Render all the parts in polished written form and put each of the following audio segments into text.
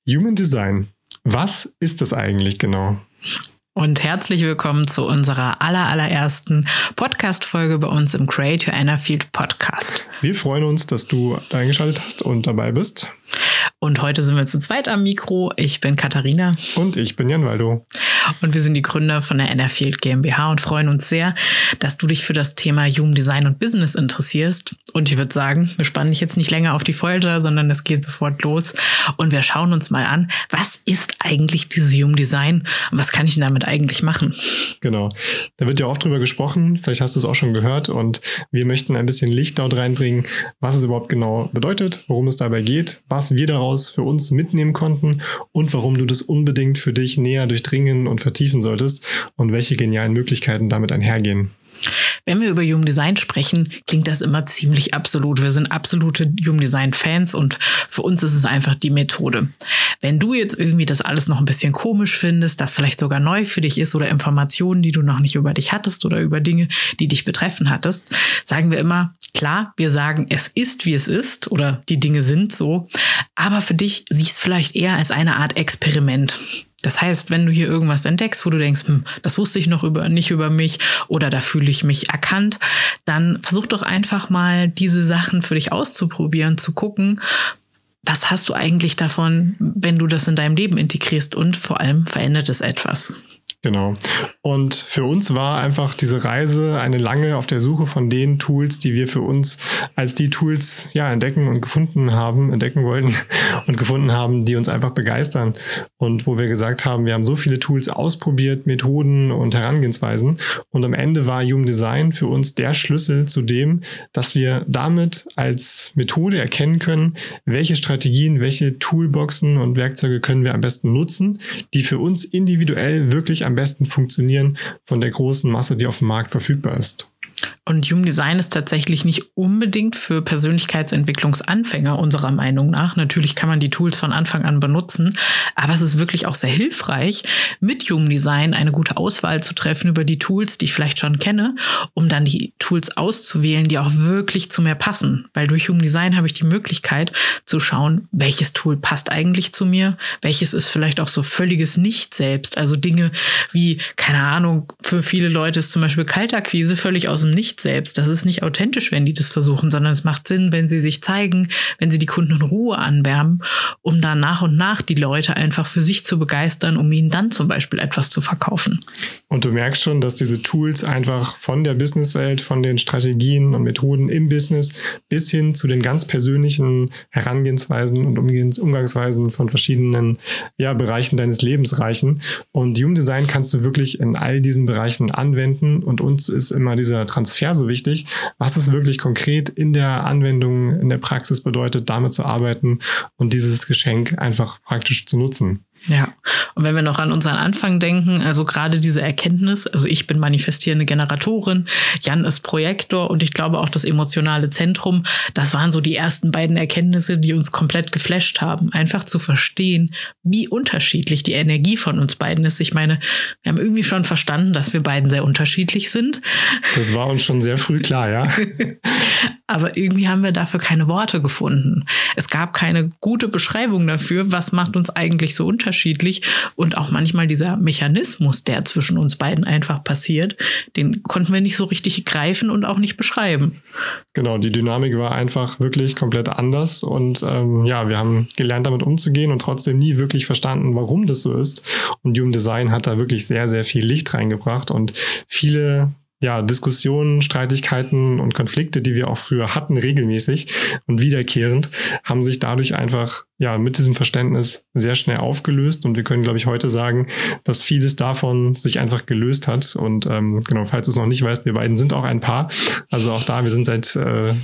Human Design. Was ist das eigentlich genau? Und herzlich willkommen zu unserer allerersten Podcast-Folge bei uns im Create Your Inner Field Podcast. Wir freuen uns, dass du eingeschaltet hast und dabei bist. Und heute sind wir zu zweit am Mikro. Ich bin Katharina. Und ich bin Jan Waldo. Und wir sind die Gründer von der Inner Field GmbH und freuen uns sehr, dass du dich für das Thema Human Design und Business interessierst. Und ich würde sagen, wir spannen dich jetzt nicht länger auf die Folter, sondern es geht sofort los. Und wir schauen uns mal an, was ist eigentlich dieses Human Design und was kann ich denn damit eigentlich machen? Genau, da wird ja oft drüber gesprochen, vielleicht hast du es auch schon gehört und wir möchten ein bisschen Licht dort reinbringen, was es überhaupt genau bedeutet, worum es dabei geht, was wir daraus für uns mitnehmen konnten und warum du das unbedingt für dich näher durchdringen und vertiefen solltest und welche genialen Möglichkeiten damit einhergehen. Wenn wir über Human Design sprechen, klingt das immer ziemlich absolut. Wir sind absolute Human Design Fans und für uns ist es einfach die Methode. Wenn du jetzt irgendwie das alles noch ein bisschen komisch findest, das vielleicht sogar neu für dich ist oder Informationen, die du noch nicht über dich hattest oder über Dinge, die dich betreffen hattest, sagen wir immer, klar, wir sagen, es ist, wie es ist oder die Dinge sind so, aber für dich sieh es vielleicht eher als eine Art Experiment. Das heißt, wenn du hier irgendwas entdeckst, wo du denkst, das wusste ich noch nicht über mich oder da fühle ich mich erkannt, dann versuch doch einfach mal diese Sachen für dich auszuprobieren, zu gucken, was hast du eigentlich davon, wenn du das in deinem Leben integrierst und vor allem verändert es etwas. Genau. Und für uns war einfach diese Reise eine lange auf der Suche von den Tools, die wir für uns als die Tools entdecken wollten und gefunden haben, die uns einfach begeistern. Und wo wir gesagt haben, wir haben so viele Tools ausprobiert, Methoden und Herangehensweisen. Und am Ende war Human Design für uns der Schlüssel zu dem, dass wir damit als Methode erkennen können, welche Strategien, welche Toolboxen und Werkzeuge können wir am besten nutzen, die für uns individuell wirklich am besten funktionieren von der großen Masse, die auf dem Markt verfügbar ist. Und Human Design ist tatsächlich nicht unbedingt für Persönlichkeitsentwicklungsanfänger unserer Meinung nach. Natürlich kann man die Tools von Anfang an benutzen, aber es ist wirklich auch sehr hilfreich, mit Human Design eine gute Auswahl zu treffen über die Tools, die ich vielleicht schon kenne, um dann die Tools auszuwählen, die auch wirklich zu mir passen. Weil durch Human Design habe ich die Möglichkeit zu schauen, welches Tool passt eigentlich zu mir, welches ist vielleicht auch so völliges Nicht-Selbst. Also Dinge wie, keine Ahnung, für viele Leute ist zum Beispiel Kaltakquise völlig aus dem Nicht-Selbst. Das ist nicht authentisch, wenn die das versuchen, sondern es macht Sinn, wenn sie sich zeigen, wenn sie die Kunden in Ruhe anwärmen, um dann nach und nach die Leute einfach für sich zu begeistern, um ihnen dann zum Beispiel etwas zu verkaufen. Und du merkst schon, dass diese Tools einfach von der Businesswelt, von den Strategien und Methoden im Business bis hin zu den ganz persönlichen Herangehensweisen und Umgangsweisen von verschiedenen Bereichen deines Lebens reichen. Und Human Design kannst du wirklich in all diesen Bereichen anwenden und uns ist immer dieser Transfer so wichtig, was es wirklich konkret in der Anwendung, in der Praxis bedeutet, damit zu arbeiten und dieses Geschenk einfach praktisch zu nutzen. Ja, und wenn wir noch an unseren Anfang denken, also gerade diese Erkenntnis, also ich bin manifestierende Generatorin, Jan ist Projektor und ich glaube auch das emotionale Zentrum, das waren so die ersten beiden Erkenntnisse, die uns komplett geflasht haben. Einfach zu verstehen, wie unterschiedlich die Energie von uns beiden ist. Ich meine, wir haben irgendwie schon verstanden, dass wir beiden sehr unterschiedlich sind. Das war uns schon sehr früh klar, ja. Aber irgendwie haben wir dafür keine Worte gefunden. Es gab keine gute Beschreibung dafür, was macht uns eigentlich so unterschiedlich. Und auch manchmal dieser Mechanismus, der zwischen uns beiden einfach passiert, den konnten wir nicht so richtig greifen und auch nicht beschreiben. Genau, die Dynamik war einfach wirklich komplett anders und wir haben gelernt, damit umzugehen und trotzdem nie wirklich verstanden, warum das so ist. Und Human Design hat da wirklich sehr, sehr viel Licht reingebracht und viele Diskussionen, Streitigkeiten und Konflikte, die wir auch früher hatten, regelmäßig und wiederkehrend, haben sich dadurch einfach mit diesem Verständnis sehr schnell aufgelöst und wir können, glaube ich, heute sagen, dass vieles davon sich einfach gelöst hat und falls du es noch nicht weißt, wir beiden sind auch ein Paar, also auch da, wir sind seit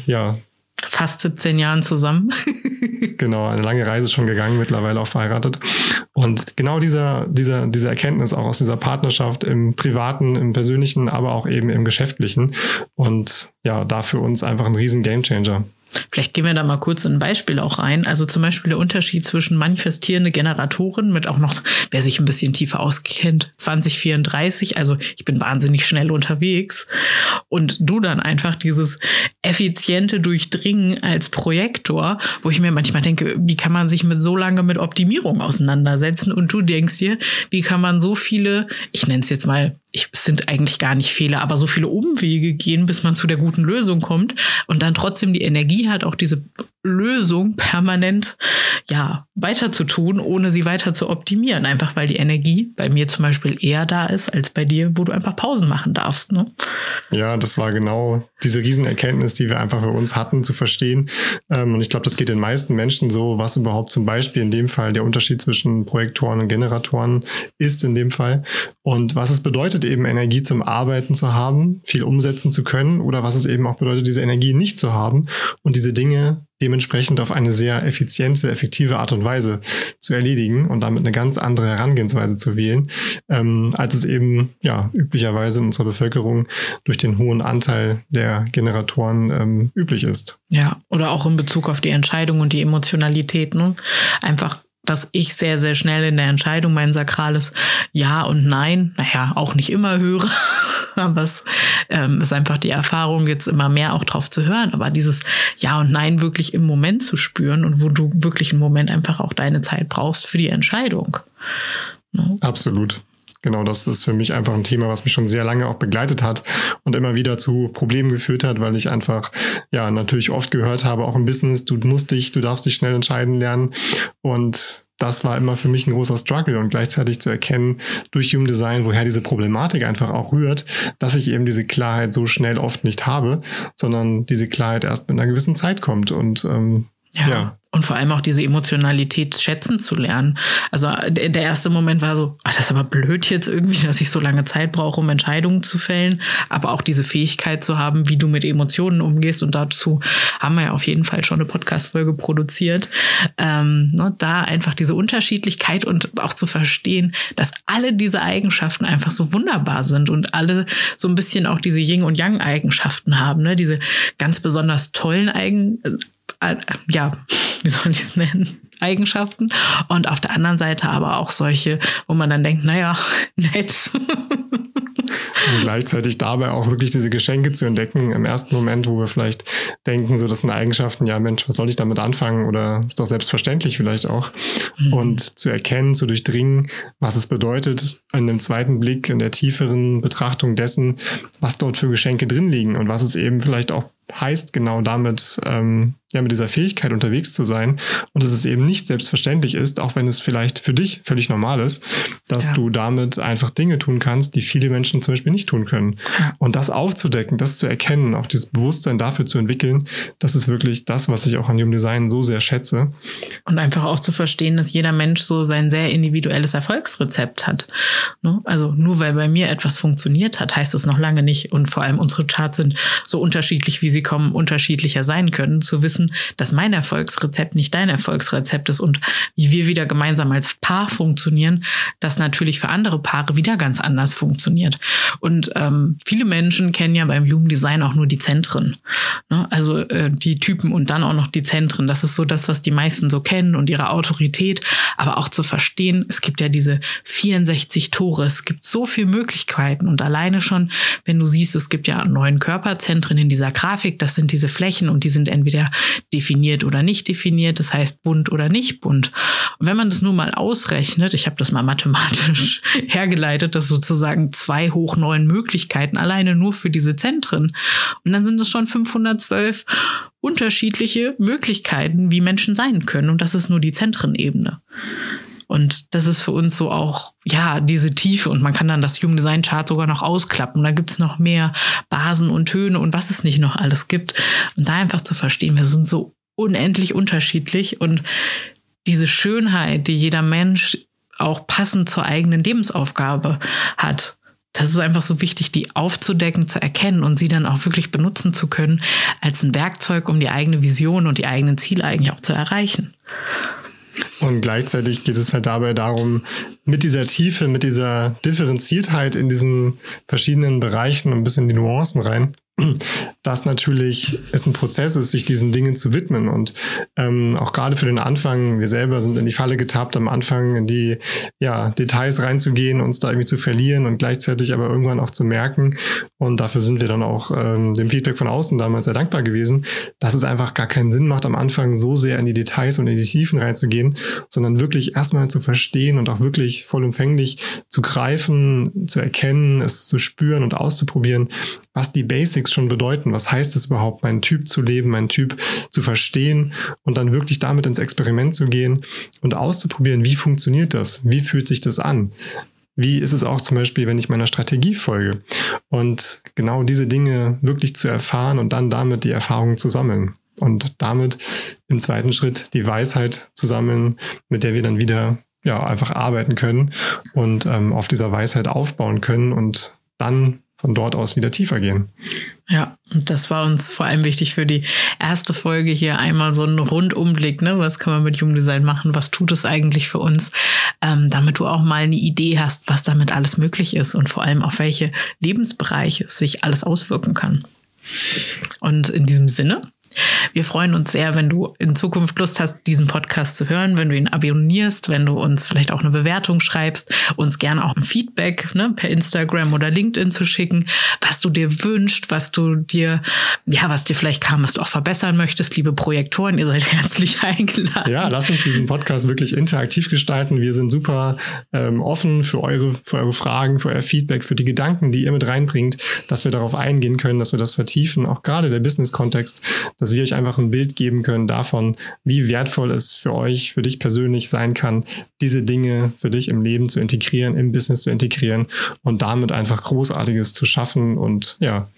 fast 17 Jahren zusammen. Genau, eine lange Reise schon gegangen, mittlerweile auch verheiratet. Und genau diese Erkenntnis auch aus dieser Partnerschaft im Privaten, im Persönlichen, aber auch eben im Geschäftlichen. Und da für uns einfach ein riesen Gamechanger. Vielleicht gehen wir da mal kurz in ein Beispiel auch rein. Also zum Beispiel der Unterschied zwischen manifestierende Generatoren mit auch noch, wer sich ein bisschen tiefer auskennt, 2034, also ich bin wahnsinnig schnell unterwegs und du dann einfach dieses effiziente Durchdringen als Projektor, wo ich mir manchmal denke, wie kann man sich so lange mit Optimierung auseinandersetzen und du denkst dir, wie kann man so viele, ich nenne es jetzt mal, es sind eigentlich gar nicht Fehler, aber so viele Umwege gehen, bis man zu der guten Lösung kommt und dann trotzdem die Energie hat, auch diese Lösung permanent weiter zu tun, ohne sie weiter zu optimieren. Einfach weil die Energie bei mir zum Beispiel eher da ist als bei dir, wo du einfach Pausen machen darfst. Ne? Ja, das war genau diese Riesenerkenntnis, die wir einfach für uns hatten, zu verstehen. Und ich glaube, das geht den meisten Menschen so, was überhaupt zum Beispiel in dem Fall der Unterschied zwischen Projektoren und Generatoren ist in dem Fall. Und was es bedeutet, eben Energie zum Arbeiten zu haben, viel umsetzen zu können, oder was es eben auch bedeutet, diese Energie nicht zu haben und diese Dinge dementsprechend auf eine sehr effiziente, effektive Art und Weise zu erledigen und damit eine ganz andere Herangehensweise zu wählen, als es eben üblicherweise in unserer Bevölkerung durch den hohen Anteil der Generatoren üblich ist. Ja, oder auch in Bezug auf die Entscheidung und die Emotionalität. Ne? Einfach, dass ich sehr, sehr schnell in der Entscheidung mein sakrales Ja und Nein, auch nicht immer höre, aber es ist einfach die Erfahrung, jetzt immer mehr auch drauf zu hören, aber dieses Ja und Nein wirklich im Moment zu spüren und wo du wirklich im Moment einfach auch deine Zeit brauchst für die Entscheidung. Ne? Absolut. Genau, das ist für mich einfach ein Thema, was mich schon sehr lange auch begleitet hat und immer wieder zu Problemen geführt hat, weil ich einfach natürlich oft gehört habe, auch im Business, du darfst dich schnell entscheiden lernen, und das war immer für mich ein großer Struggle, und gleichzeitig zu erkennen durch Human Design, woher diese Problematik einfach auch rührt, dass ich eben diese Klarheit so schnell oft nicht habe, sondern diese Klarheit erst mit einer gewissen Zeit kommt und Und vor allem auch diese Emotionalität schätzen zu lernen. Also der erste Moment war so, das ist aber blöd jetzt irgendwie, dass ich so lange Zeit brauche, um Entscheidungen zu fällen. Aber auch diese Fähigkeit zu haben, wie du mit Emotionen umgehst. Und dazu haben wir ja auf jeden Fall schon eine Podcast-Folge produziert. Da einfach diese Unterschiedlichkeit und auch zu verstehen, dass alle diese Eigenschaften einfach so wunderbar sind und alle so ein bisschen auch diese Yin- und Yang-Eigenschaften haben. Ne? Diese ganz besonders tollen wie soll ich es nennen? Eigenschaften. Und auf der anderen Seite aber auch solche, wo man dann denkt, nett. Und gleichzeitig dabei auch wirklich diese Geschenke zu entdecken im ersten Moment, wo wir vielleicht denken, so das sind Eigenschaften, Mensch, was soll ich damit anfangen? Oder ist doch selbstverständlich vielleicht auch. Und zu erkennen, zu durchdringen, was es bedeutet, in dem zweiten Blick, in der tieferen Betrachtung dessen, was dort für Geschenke drin liegen und was es eben vielleicht auch heißt, genau damit mit dieser Fähigkeit unterwegs zu sein, und dass es eben nicht selbstverständlich ist, auch wenn es vielleicht für dich völlig normal ist, dass du damit einfach Dinge tun kannst, die viele Menschen zum Beispiel nicht tun können. Ja. Und das aufzudecken, das zu erkennen, auch dieses Bewusstsein dafür zu entwickeln, das ist wirklich das, was ich auch an Human Design so sehr schätze. Und einfach auch zu verstehen, dass jeder Mensch so sein sehr individuelles Erfolgsrezept hat. Ne? Also nur weil bei mir etwas funktioniert hat, heißt es noch lange nicht, und vor allem unsere Charts sind so unterschiedlich, wie sie kommen, unterschiedlicher sein können, zu wissen, dass mein Erfolgsrezept nicht dein Erfolgsrezept ist und wie wir wieder gemeinsam als Paar funktionieren, das natürlich für andere Paare wieder ganz anders funktioniert. Und viele Menschen kennen ja beim Human Design auch nur die Zentren, ne? Also die Typen und dann auch noch die Zentren. Das ist so das, was die meisten so kennen und ihre Autorität, aber auch zu verstehen, es gibt ja diese 64 Tore, es gibt so viele Möglichkeiten, und alleine schon, wenn du siehst, es gibt ja 9 Körperzentren in dieser Grafik, das sind diese Flächen, und die sind entweder definiert oder nicht definiert, das heißt bunt oder nicht bunt. Und wenn man das nur mal ausrechnet, ich habe das mal mathematisch hergeleitet, dass sozusagen 2 hoch 9 Möglichkeiten alleine nur für diese Zentren. Und dann sind es schon 512 unterschiedliche Möglichkeiten, wie Menschen sein können. Und das ist nur die Zentrenebene. Und das ist für uns so auch, diese Tiefe. Und man kann dann das Human Design Chart sogar noch ausklappen. Da gibt es noch mehr Basen und Töne und was es nicht noch alles gibt. Und da einfach zu verstehen, wir sind so unendlich unterschiedlich. Und diese Schönheit, die jeder Mensch auch passend zur eigenen Lebensaufgabe hat, das ist einfach so wichtig, die aufzudecken, zu erkennen und sie dann auch wirklich benutzen zu können als ein Werkzeug, um die eigene Vision und die eigenen Ziele eigentlich auch zu erreichen. Und gleichzeitig geht es halt dabei darum, mit dieser Tiefe, mit dieser Differenziertheit in diesen verschiedenen Bereichen ein bisschen die Nuancen rein, dass natürlich es ein Prozess ist, sich diesen Dingen zu widmen. Und auch gerade für den Anfang, wir selber sind in die Falle getappt, am Anfang in die Details reinzugehen, uns da irgendwie zu verlieren und gleichzeitig aber irgendwann auch zu merken. Und dafür sind wir dann auch dem Feedback von außen damals sehr dankbar gewesen, dass es einfach gar keinen Sinn macht, am Anfang so sehr in die Details und in die Tiefen reinzugehen, sondern wirklich erstmal zu verstehen und auch wirklich vollumfänglich zu greifen, zu erkennen, es zu spüren und auszuprobieren, was die Basics schon bedeuten. Was heißt es überhaupt, meinen Typ zu leben, meinen Typ zu verstehen und dann wirklich damit ins Experiment zu gehen und auszuprobieren, wie funktioniert das? Wie fühlt sich das an? Wie ist es auch zum Beispiel, wenn ich meiner Strategie folge? Und genau diese Dinge wirklich zu erfahren und dann damit die Erfahrungen zu sammeln. Und damit im zweiten Schritt die Weisheit zu sammeln, mit der wir dann wieder einfach arbeiten können und auf dieser Weisheit aufbauen können und dann von dort aus wieder tiefer gehen. Ja, und das war uns vor allem wichtig für die erste Folge hier, einmal so einen Rundumblick, ne? Was kann man mit Jungdesign machen? Was tut es eigentlich für uns? Damit du auch mal eine Idee hast, was damit alles möglich ist und vor allem auf welche Lebensbereiche sich alles auswirken kann. Und in diesem Sinne, wir freuen uns sehr, wenn du in Zukunft Lust hast, diesen Podcast zu hören, wenn du ihn abonnierst, wenn du uns vielleicht auch eine Bewertung schreibst, uns gerne auch ein Feedback per Instagram oder LinkedIn zu schicken, was du dir wünschst, was dir vielleicht kam, was du auch verbessern möchtest. Liebe Projektoren, ihr seid herzlich eingeladen. Ja, lass uns diesen Podcast wirklich interaktiv gestalten. Wir sind super offen für eure Fragen, für euer Feedback, für die Gedanken, die ihr mit reinbringt, dass wir darauf eingehen können, dass wir das vertiefen, auch gerade der Business-Kontext, dass wir euch einfach ein Bild geben können davon, wie wertvoll es für euch, für dich persönlich sein kann, diese Dinge für dich im Leben zu integrieren, im Business zu integrieren und damit einfach Großartiges zu schaffen und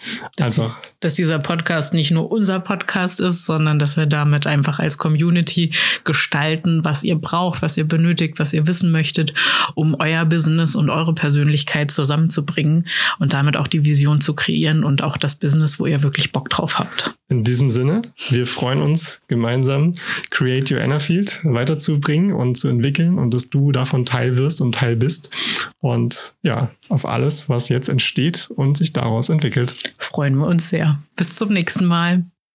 dass dieser Podcast nicht nur unser Podcast ist, sondern dass wir damit einfach als Community gestalten, was ihr braucht, was ihr benötigt, was ihr wissen möchtet, um euer Business und eure Persönlichkeit zusammenzubringen und damit auch die Vision zu kreieren und auch das Business, wo ihr wirklich Bock drauf habt. In diesem Sinne, wir freuen uns gemeinsam, Create Your Inner Field weiterzubringen und zu entwickeln und dass du davon Teil wirst und Teil bist und auf alles, was jetzt entsteht und sich daraus entwickelt. Freuen wir uns sehr. Bis zum nächsten Mal.